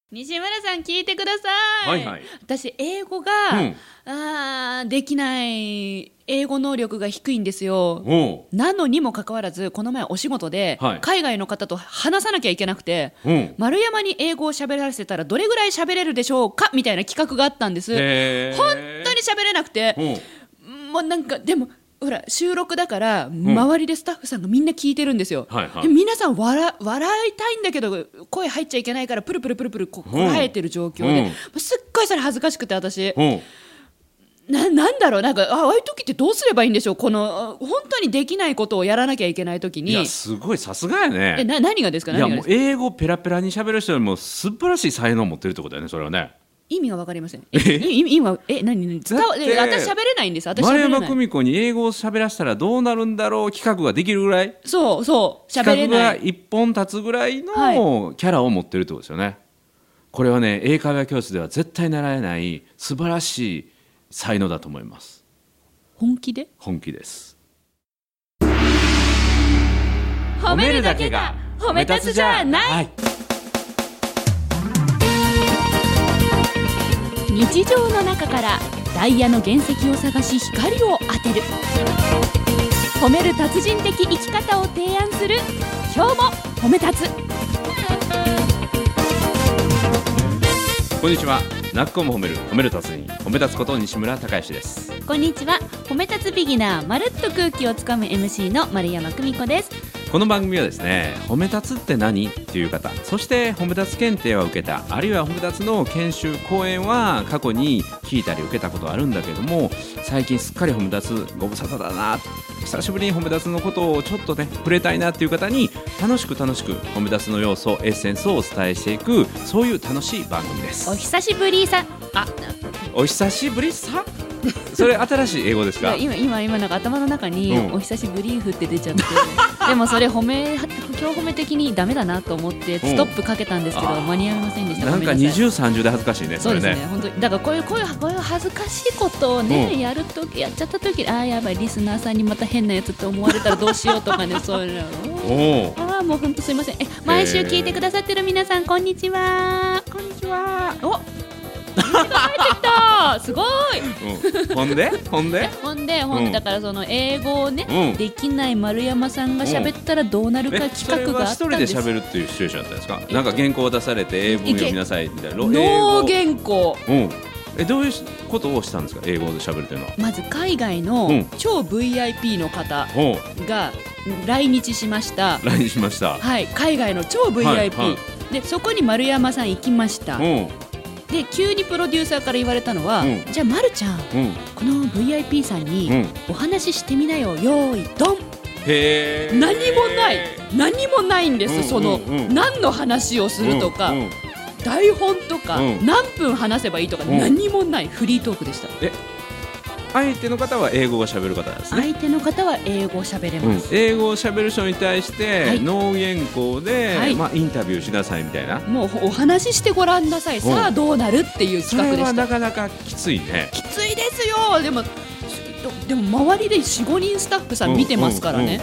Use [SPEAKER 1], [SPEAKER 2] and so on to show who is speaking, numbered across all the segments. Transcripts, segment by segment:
[SPEAKER 1] 西村さん聞いてください、
[SPEAKER 2] はいはい、
[SPEAKER 1] 私英語が、できない英語能力が低いんですよ。なのにもかかわらずこの前お仕事で海外の方と話さなきゃいけなくて、丸山に英語を喋らせたらどれぐらい喋れるでしょうかみたいな企画があったんです。本当に喋れなくて、もうなんかでもほら収録だから周りでスタッフさんがみんな聞いてるんですよ、で皆さん笑いたいんだけど声入っちゃいけないからプルプルプルプルこらえてる状況で、すっごいそれ恥ずかしくて私、なんだろう、なんかああいう時ってどうすればいいんでしょう。この本当にできないことをやらなきゃいけない時に。
[SPEAKER 2] いやすごいさすがやね。
[SPEAKER 1] 何がですか。
[SPEAKER 2] いやもう英語ペラペラに喋る人よりも素晴らしい才能を持ってるってことだよね。それはね
[SPEAKER 1] 意味が分かりません。今何私喋れないんです。私喋れない。
[SPEAKER 2] 丸山久美子に英語を喋らせたらどうなるんだろう企画ができるぐらい、
[SPEAKER 1] そう喋れない、
[SPEAKER 2] 企画が一本立つぐらいのキャラを持ってるってことですよね、これはね英会話教室では絶対習えない素晴らしい才能だと思います。
[SPEAKER 1] 本気で？
[SPEAKER 2] 本気です。
[SPEAKER 1] 褒めるだけが褒め立つじゃない、日常の中からダイヤの原石を探し光を当てる、褒める達人的生き方を提案する、今日も褒め立つ。
[SPEAKER 2] こんにちは。なっこも褒める達人、褒め立つこと西村孝之です。
[SPEAKER 1] こんにちは。褒め立つビギナー、まるっと空気をつかむ MC の丸山久美子です。
[SPEAKER 2] この番組はですね、褒め立つって何っていう方、そして褒め立つ検定を受けた、あるいは褒め立つの研修講演は過去に聞いたり受けたことあるんだけども、最近すっかり褒め立つご無沙汰だな、久しぶりに褒め立つのことをちょっとね触れたいなっていう方に楽しく褒め立つの要素エッセンスをお伝えしていく、そういう楽しい番組です。
[SPEAKER 1] お久しぶりさ
[SPEAKER 2] お久しぶりさそれ新しい英語ですか？
[SPEAKER 1] 今なんか頭の中に、お久しぶりふって出ちゃってでもそれ今日褒め的にダメだなと思ってストップかけたんですけど、間に合いませんでした。
[SPEAKER 2] なんか20、30で恥ずかしいね。
[SPEAKER 1] そうですね、本当にだからこういう恥ずかしいことをね、やっちゃった時、やばいリスナーさんにまた変なやつって思われたらどうしようとかねそういうのもう本当すいません。毎週聞いてくださってる皆さんこんにちは。こんにちは。お帰ってきたすごい、
[SPEAKER 2] ほんで
[SPEAKER 1] だからその英語をね、できない丸山さんが喋ったらどうなるか企画があったんです。
[SPEAKER 2] それは一人で喋るっていうシチュエーションだったんですか？なんか原稿を出されて英文読みなさいみたいな
[SPEAKER 1] ノー原稿、
[SPEAKER 2] どういうことをしたんですか？英語で喋るというのは
[SPEAKER 1] まず海外の超 VIP の方が来日しました。はい、海外の超 VIP、でそこに丸山さん行きました。で急にプロデューサーから言われたのは、じゃあまるちゃん、この VIP さんにお話ししてみなよ、よーいドン。何もないんです、その何の話をするとか、台本とか、何分話せばいいとか、何もないフリートークでした。
[SPEAKER 2] 相手の方は英語が喋る方ですね。
[SPEAKER 1] 相手の方は英語を喋れます、
[SPEAKER 2] 英語を喋る人に対して、ノー原稿で、インタビューしなさいみたいな、
[SPEAKER 1] もうお話ししてごらんなさい、さあどうなるっていう企画でした。
[SPEAKER 2] それはなかなかきついね。
[SPEAKER 1] きついですよ。でも周りで 4,5 人スタッフさん見てますからね、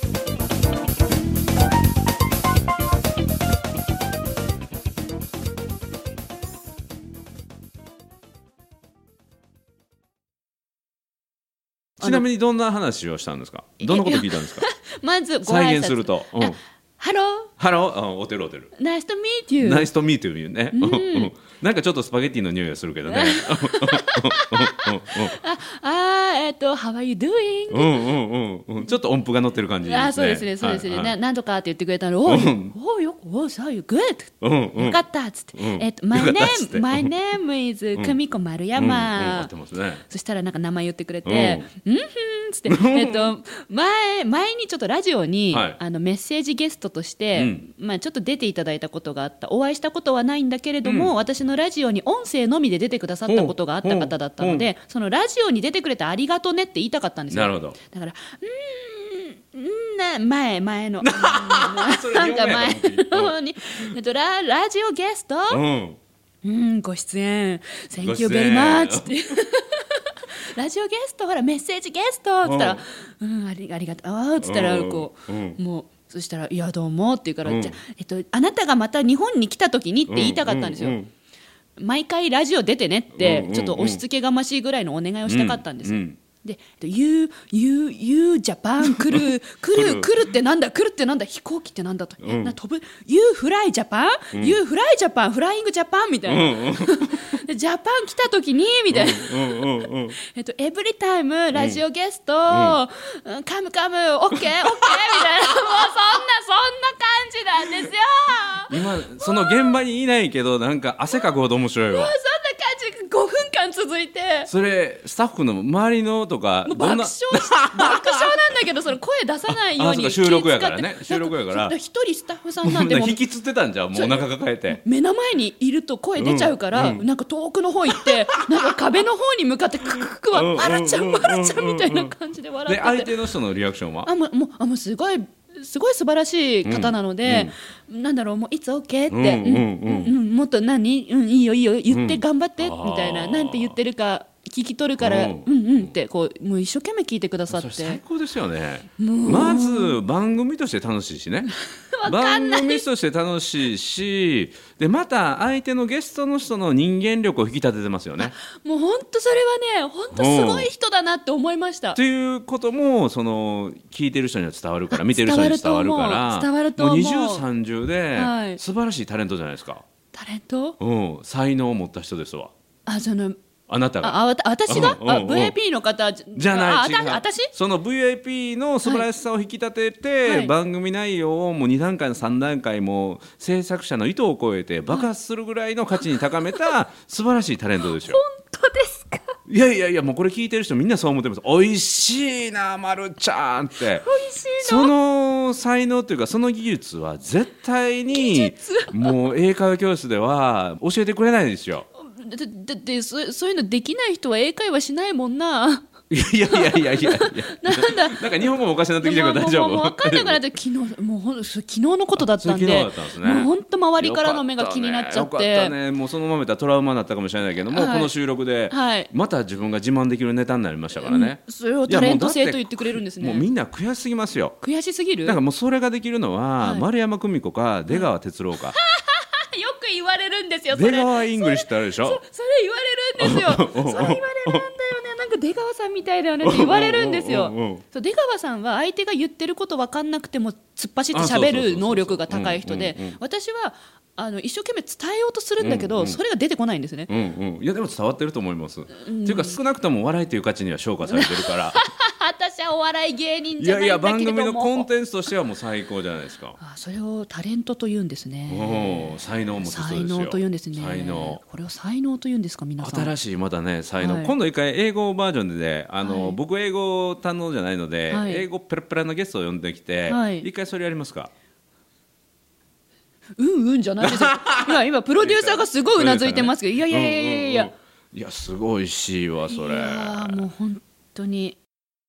[SPEAKER 2] ちなみにどんな話をしたんですか？どんなこと聞いたんですか？
[SPEAKER 1] まずご挨拶
[SPEAKER 2] 再現すると、
[SPEAKER 1] ハロ
[SPEAKER 2] ー、おてる
[SPEAKER 1] ナイストミートユー、
[SPEAKER 2] ナイストミートユーね、なんかちょっとスパゲッティの匂いがするけどね
[SPEAKER 1] How are you doing？
[SPEAKER 2] ちょっと音符が乗ってる感じですね。
[SPEAKER 1] そうですね、そうですね、なんとかって言ってくれたのを、so you good、よかったっつって、my name is 久美子丸山、そしたらなんか名前言ってくれて、つって前にちょっとラジオに、メッセージゲストとして、ちょっと出ていただいたことがあった。お会いしたことはないんだけれども、私のラジオに音声のみで出てくださったことがあった方だったので、そのラジオに出てくれてありがとねって言いたかったんですよ。
[SPEAKER 2] なるほど。
[SPEAKER 1] だから前のなんか前のにラジオゲスト、ご出演 Thank you very much ってラジオゲスト、ほらメッセージゲストって言ったら、ありがとうって言ったら、もうそしたら「いやどうも」って言うから、じゃあなたがまた日本に来た時にって言いたかったんですよ、毎回ラジオ出てねって、ちょっと押し付けがましいぐらいのお願いをしたかったんです、で、You Japan 来るってなんだ、来るってなんだ、飛行機ってなんだと、飛ぶ You Fly Japan、You Fly Japan、フライングジャパンみたいな、でジャパン来た時にみたいな、エブリタイムラジオゲスト、カムカムオッケーみたいな、もうそんな感じなんですよ。
[SPEAKER 2] 今その現場にいないけどなんか汗かくほど面白いわ。
[SPEAKER 1] もうそんな感じが5分間続いて、
[SPEAKER 2] それスタッフの周りのとか
[SPEAKER 1] もう爆笑なんだけど、それ声出さないように
[SPEAKER 2] 収録やからね、収録やから
[SPEAKER 1] 一人スタッフさんなんでも
[SPEAKER 2] 引きつってたんじゃん、もうお腹抱えて
[SPEAKER 1] 目の前にいると声出ちゃうから、なんか遠くの方行ってなんか壁の方に向かってクククはあらちゃんみたいな感じで笑ってて、
[SPEAKER 2] で相手の人のリアクションは
[SPEAKER 1] もうすごい素晴らしい方なので、なんだろう、もういつ OK って、もっといいよ言って頑張って、みたいな、なんて言ってるか聞き取るから、ってこうもう一生懸命聞いてくださって、
[SPEAKER 2] それ最高ですよね。まず番組として楽しいしね番組として楽しいし、でまた相手のゲストの人の人間力を引き立ててますよね。
[SPEAKER 1] もう本当それはね、本当すごい人だなって思いました。
[SPEAKER 2] ということもその聞いてる人には伝わるから、見てる人に伝わるから、
[SPEAKER 1] 伝わると思う。
[SPEAKER 2] もう二重三重で素晴らしいタレントじゃないですか。
[SPEAKER 1] タレント？
[SPEAKER 2] 才能を持った人ですわ。あなたが
[SPEAKER 1] 私がVIP の方
[SPEAKER 2] じゃない、違う、
[SPEAKER 1] 私
[SPEAKER 2] その VIP の素晴らしさを引き立てて、番組内容をもう2段階の3段階も制作者の意図を超えて爆発するぐらいの価値に高めた素晴らしいタレントですよ。
[SPEAKER 1] 本当ですか？
[SPEAKER 2] いやもうこれ聞いてる人みんなそう思ってます。おいしいなまるちゃんって。
[SPEAKER 1] おいしいの？
[SPEAKER 2] その才能というかその技術は絶対にもう英会話教室では教えてくれないですよ。
[SPEAKER 1] だってそういうのできない人は英会話しないもんな。
[SPEAKER 2] いやなんか日本語もおかしになってきてるから大丈夫？
[SPEAKER 1] もう分かんなくなって、昨日のことだったんで、もう本当周りからの目が気になっちゃって。
[SPEAKER 2] よかったね。もうそのままたトラウマになったかもしれないけども、この収録でまた自分が自慢できるネタになりましたからね。
[SPEAKER 1] それをタレント性と言ってくれるんですね。
[SPEAKER 2] もうみんな悔しすぎますよ。
[SPEAKER 1] 悔しすぎる？
[SPEAKER 2] なんかもうそれができるのは丸山久美子か出川哲朗か。
[SPEAKER 1] よく言われるんですよ。
[SPEAKER 2] 出川イングリッシュってあるでしょ。
[SPEAKER 1] それ言われるんですよ。それ言われるんだよね。なんか出川さんみたいだよねって言われるんですよ。そう、出川さんは相手が言ってること分かんなくても突っ走って喋る能力が高い人で、私は一生懸命伝えようとするんだけど、それが出てこないんですね。
[SPEAKER 2] いやでも伝わってると思います。っていうか少なくとも笑いという価値には昇華されてるから。
[SPEAKER 1] 私はお笑い芸人じゃないんだけれども。
[SPEAKER 2] 番組のコンテンツとしてはもう最高じゃないですか。
[SPEAKER 1] それをタレントと言うんですね。
[SPEAKER 2] 才能を持つ人ですよ。
[SPEAKER 1] 才能と言うんですね。
[SPEAKER 2] 才能。
[SPEAKER 1] これを才能と言うんですか、皆さん。
[SPEAKER 2] 新しいまたね才能、今度一回英語バージョンで僕英語堪能じゃないので、英語ペラペラなゲストを呼んできて、一回それやりますか？
[SPEAKER 1] じゃないですよ。今プロデューサーがすごいうなずいてますけど、い
[SPEAKER 2] やすごいしいわそれ。い
[SPEAKER 1] やもう本当に。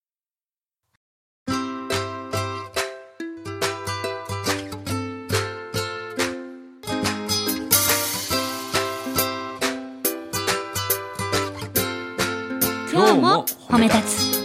[SPEAKER 1] 今日も褒め立つ。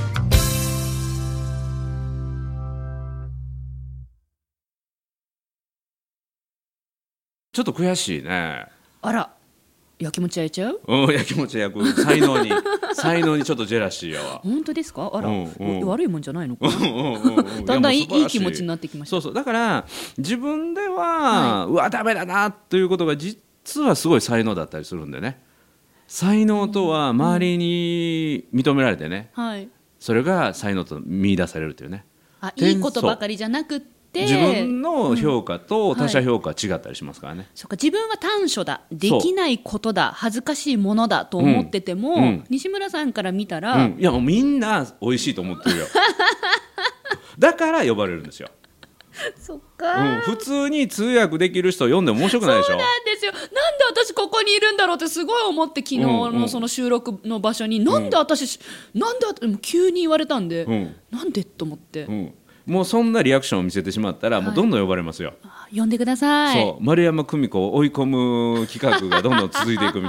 [SPEAKER 2] ちょっと悔しいね。
[SPEAKER 1] あら、やきもち焼いちゃう？
[SPEAKER 2] やきもち焼く才能にちょっとジェラシーやわ。
[SPEAKER 1] 本当ですか？あら、悪いもんじゃないのかな。だんだんいい気持ちになってきました。
[SPEAKER 2] そうだから自分では、うわダメだなということが実はすごい才能だったりするんでね。才能とは周りに認められてね、それが才能と見出されるというね。
[SPEAKER 1] いいことばかりじゃなくって、
[SPEAKER 2] 自分の評価と他者評価は違ったりしますからね。
[SPEAKER 1] そうか、自分は短所だ、できないことだ、恥ずかしいものだと思ってても、西村さんから見たら、
[SPEAKER 2] いやもうみんな美味しいと思ってるよ。だから呼ばれるんですよ。
[SPEAKER 1] そっか、
[SPEAKER 2] 普通に通訳できる人を読んでも面白くないでしょ。
[SPEAKER 1] そうなんですよ。なんで私ここにいるんだろうってすごい思って、昨日のその収録の場所に、なんで私急に言われたんで、なんでと思って、
[SPEAKER 2] もうそんなリアクションを見せてしまったら、もうどんどん呼ばれますよ。
[SPEAKER 1] 呼んでください。
[SPEAKER 2] そう、丸山久美子を追い込む企画がどんどん続いていくみたいな。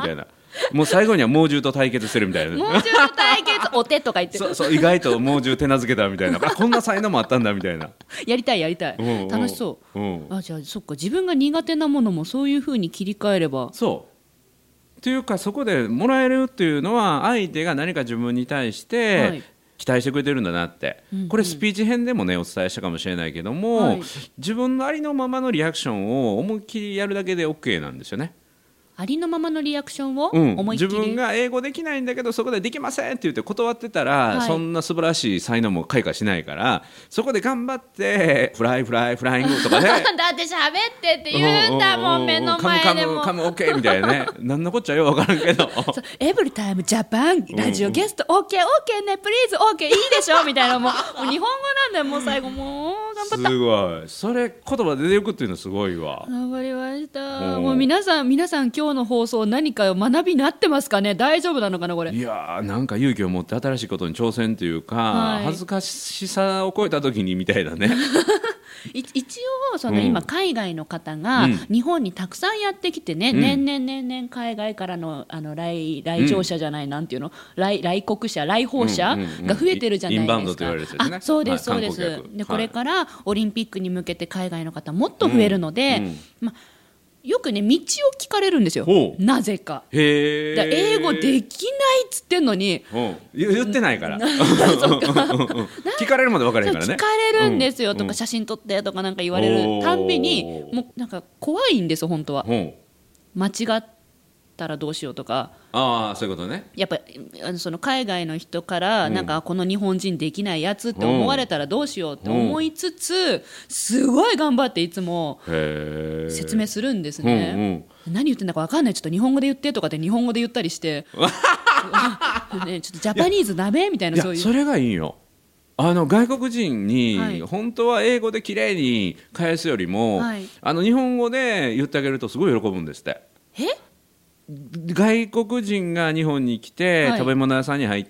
[SPEAKER 2] もう最後には猛獣と対決してるみたいな。
[SPEAKER 1] 猛獣と対決お手とか言って
[SPEAKER 2] そう意外と猛獣手なずけたみたいなこんな才能もあったんだみたいな。
[SPEAKER 1] やりたい、楽しそう、じゃあそっか、自分が苦手なものもそういう風に切り替えれば。
[SPEAKER 2] そうっていうか、そこでもらえるっていうのは相手が何か自分に対して期待してくれてるんだなって、これスピーチ編でもねお伝えしたかもしれないけども、自分のありのままのリアクションを思いっきりやるだけで OK なんですよね。
[SPEAKER 1] ありのままのリアクションを思いっきり、
[SPEAKER 2] 自分が英語できないんだけどそこでできませんって言って断ってたら、そんな素晴らしい才能も開花しないから、そこで頑張ってフライングとかね
[SPEAKER 1] だって喋ってって言うんだもん、目の前でも
[SPEAKER 2] カム OK みたいなね何のこっちゃよく分からんけど
[SPEAKER 1] エブリタイムジャパンラジオゲスト OK ねプリーズ OK いいでしょみたいな、もう日本語なんだよ、もう最後もう頑張った。
[SPEAKER 2] すごい、それ言葉出ていくっていうのすごいわ。
[SPEAKER 1] 頑張りました。もう皆さん今日の放送何か学びになってますかね。大丈夫なのかなこれ。
[SPEAKER 2] いやー、なんか勇気を持って新しいことに挑戦というか、恥ずかしさを超えた時にみたいなね
[SPEAKER 1] 一応今海外の方が日本にたくさんやってきてね、年々海外からの来場者じゃない、なんていうの、来訪者が増えてるじゃないですか。
[SPEAKER 2] インバウンドと言われるですね。
[SPEAKER 1] そうですそうです、でこれからオリンピックに向けて海外の方もっと増えるので、よくね道を聞かれるんですよ、なぜか。英語できないっつってんのに
[SPEAKER 2] 言ってないから聞かれるまで分からへんからね。
[SPEAKER 1] 聞かれるんですよ、とか写真撮ってとかなんか言われるたんびに、もうなんか怖いんですよ本当は。間違ったらどうしようとか。
[SPEAKER 2] そういうことね。
[SPEAKER 1] やっぱその海外の人からなんかこの日本人できないやつって思われたらどうしようって思いつつ、すごい頑張っていつも説明するんですね。何言ってんだか分かんない、ちょっと日本語で言ってとかって日本語で言ったりしてね、ちょっとジャパニーズダメみたいな。そういう
[SPEAKER 2] それがいいよ。外国人に本当は英語で綺麗に返すよりも、日本語で言ってあげるとすごい喜ぶんですって。外国人が日本に来て、食べ物屋さんに入って、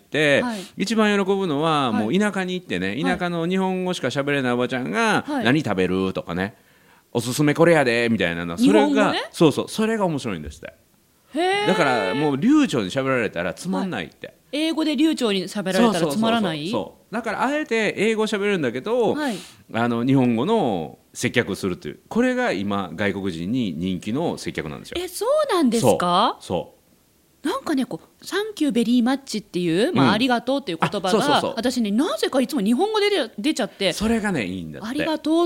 [SPEAKER 2] 一番喜ぶのは、もう田舎に行ってね、田舎の日本語しか喋れないおばちゃんが、何食べるとかね、おすすめこれやでみたいなの、それが、それが面白いんですって。だからもう流暢に喋られたらつまんないって、
[SPEAKER 1] 英語で流暢に喋られたらつまらない。
[SPEAKER 2] だからあえて英語喋るんだけど、日本語の接客するという、これが今外国人に人気の接客なんですよ。
[SPEAKER 1] そうなんですか。なんかね、サンキューベリーマッチっていう、ありがとうっていう言葉が私ね、なぜかいつも日本語で出ちゃって、
[SPEAKER 2] それがねいいんだって。
[SPEAKER 1] ありがとうって、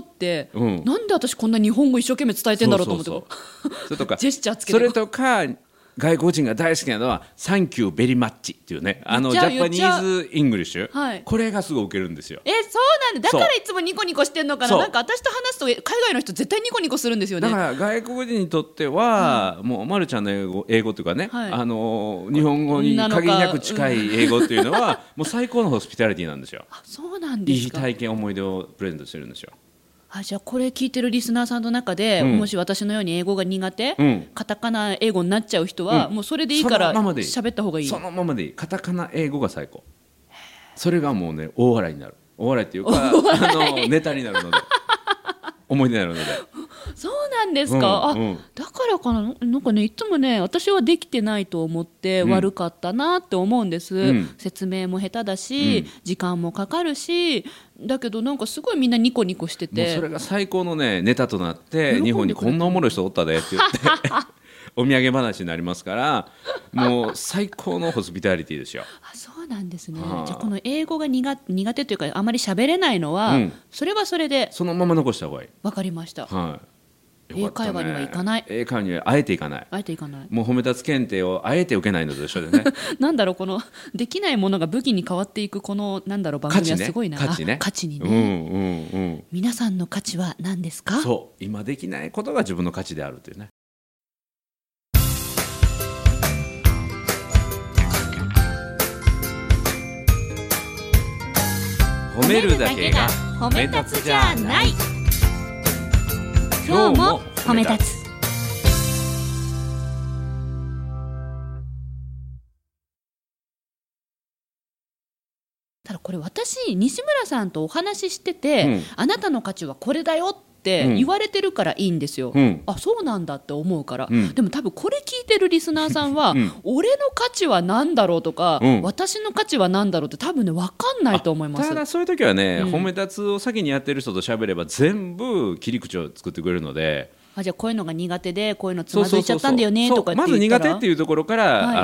[SPEAKER 1] なんで私こんな日本語一生懸命伝えてんだろうと思ってそれとかジェスチャーつけて、
[SPEAKER 2] それとか外国人が大好きなのはサンキューベリーマッチっていうね、ジャパニーズイングリッシュ、これがすごいウケるんですよ。
[SPEAKER 1] そうなんだ。だからいつもニコニコしてんのかな。なんか私と話すと海外の人絶対ニコニコするんですよね。
[SPEAKER 2] だから外国人にとっては、もうまるちゃんの英語というかね、日本語に限りなく近い英語っていうのはもう最高のホスピタリティなんですよ。
[SPEAKER 1] そうなんですか。
[SPEAKER 2] いい体験思い出をプレゼントしてるんですよ。
[SPEAKER 1] じゃあこれ聞いてるリスナーさんの中で、もし私のように英語が苦手、カタカナ英語になっちゃう人は、もうそれでいいから喋った方がいい。
[SPEAKER 2] そのままでいい。カタカナ英語が最高。それがもうね大笑いになる。大笑いっていうかネタになるので思い出になるので。
[SPEAKER 1] そうなんですか。だからかな。なんかね、いつもね、私はできてないと思って悪かったなって思うんです、説明も下手だし、時間もかかるし、だけどなんかすごいみんなニコニコしてて、
[SPEAKER 2] もうそれが最高のねネタとなって、日本にこんなおもろい人おったでって言ってお土産話になりますから、もう最高のホスピタリティですよ。
[SPEAKER 1] そうなんですね。じゃあこの英語が苦手というかあまり喋れないのは、それはそれで
[SPEAKER 2] そのまま残した方がいい。
[SPEAKER 1] わかりました。英会話には行かない。
[SPEAKER 2] 英会話にはあえて行かない。もう褒め立つ検定をあえて受けないのと一緒でね
[SPEAKER 1] なんだろう、このできないものが武器に変わっていくこの番組はすごいな。価値にね、皆さんの価値は何ですか。
[SPEAKER 2] そう今できないことが自分の価値であるというね。褒めるだけが褒め立つじゃない。
[SPEAKER 1] 今日も褒め立つ。ただこれ私西村さんとお話ししてて、あなたの価値はこれだよっって言われてるからいいんですよ、あそうなんだって思うから、でも多分これ聞いてるリスナーさんは、俺の価値は何だろうとか、私の価値は何だろうって多分ね分かんないと思います。
[SPEAKER 2] ただそういう時はね、褒め立つを先にやってる人と喋れば全部切り口を作ってくれるので、
[SPEAKER 1] じゃあこういうのが苦手でこういうのつまずいちゃったんだよねとかって言ったら、
[SPEAKER 2] まず苦手っていうところから、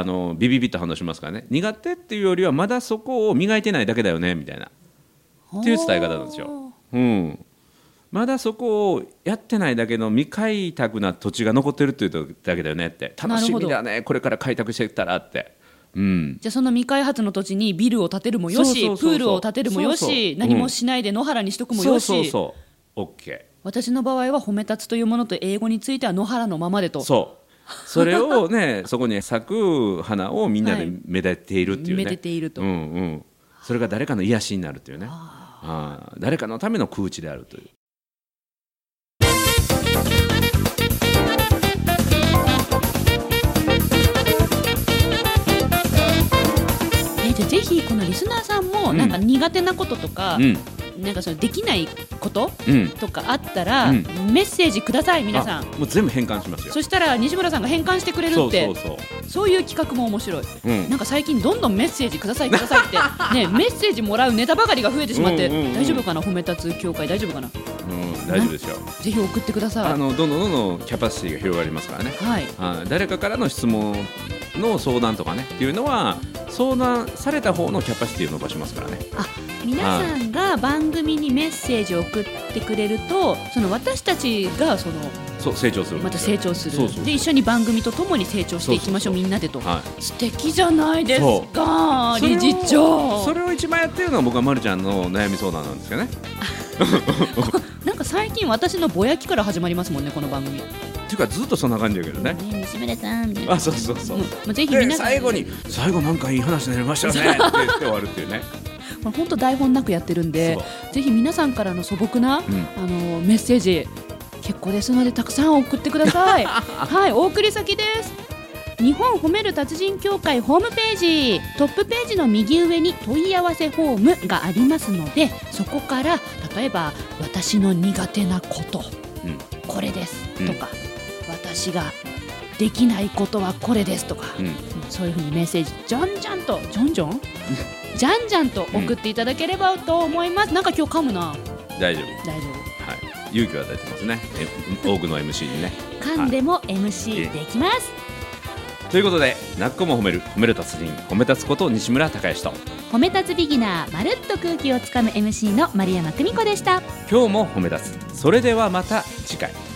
[SPEAKER 2] ビビビッと反応しますからね。苦手っていうよりはまだそこを磨いてないだけだよねみたいなっていう伝え方なんですよ、まだそこをやってないだけの未開拓な土地が残ってるっていうだけだよねって、楽しみだねこれから開拓していったらって、じ
[SPEAKER 1] ゃあその未開発の土地にビルを建てるもよし、プールを建てるもよし、何もしないで野原にしとくもよし、
[SPEAKER 2] OK。
[SPEAKER 1] 私の場合は褒め立つというものと英語については野原のままでと、
[SPEAKER 2] それをねそこに咲く花をみんなでめでているっていうね、
[SPEAKER 1] めでていると、
[SPEAKER 2] それが誰かの癒しになるっていうね、誰かのための空地であるという。
[SPEAKER 1] ぜひこのリスナーさんもなんか苦手なこととか、なんかそのできないこととかあったら、メッセージください皆さん。
[SPEAKER 2] もう全部変換しますよ。
[SPEAKER 1] そしたら西村さんが変換してくれるって、そういう企画も面白い、なんか最近どんどんメッセージくださいくださいってね、メッセージもらうネタばかりが増えてしまって、大丈夫かな、褒め立つ協会大丈夫かな。
[SPEAKER 2] 大丈夫ですよ。
[SPEAKER 1] ぜひ送ってください。
[SPEAKER 2] どんどんキャパシティが広がりますからね、誰かからの質問の相談とかねっていうのは相談された方のキャパシティを伸ばしますからね。
[SPEAKER 1] 皆さんが番組にメッセージを送ってくれると、その私たちが
[SPEAKER 2] 成長する、
[SPEAKER 1] また成長する、で一緒に番組とともに成長していきましょう、みんなでと、素敵じゃないですか理事長。
[SPEAKER 2] それを一番やってるのは僕はまるちゃんの悩み相談なんですけどね
[SPEAKER 1] なんか最近私のぼやきから始まりますもんねこの番組。
[SPEAKER 2] っていうかずっとそんな感じだけどね。
[SPEAKER 1] 西村さん。
[SPEAKER 2] そう。
[SPEAKER 1] ぜひ皆さん。
[SPEAKER 2] 最後なんかいい話になりましたよねって言って終わるっていうね。
[SPEAKER 1] 本当台本なくやってるんで、ぜひ皆さんからの素朴な、メッセージ結構ですのでたくさん送ってください。はい、お送り先です。日本褒める達人協会ホームページトップページの右上に問い合わせフォームがありますので、そこから例えば私の苦手なこと、これですとか、私ができないことはこれですとか、そういうふうにメッセージじゃんじゃんと送っていただければと思います。なんか今日噛むな。
[SPEAKER 2] 大丈夫、勇気は出てますね多くの MC にね。
[SPEAKER 1] 噛んでも MC できます、
[SPEAKER 2] ということで、なっこも褒める褒める達人褒め立つこと西村孝之と
[SPEAKER 1] 褒め立つビギナーまるっと空気をつかむ MC の丸山久美子でした。
[SPEAKER 2] 今日も褒め立つ。それではまた次回。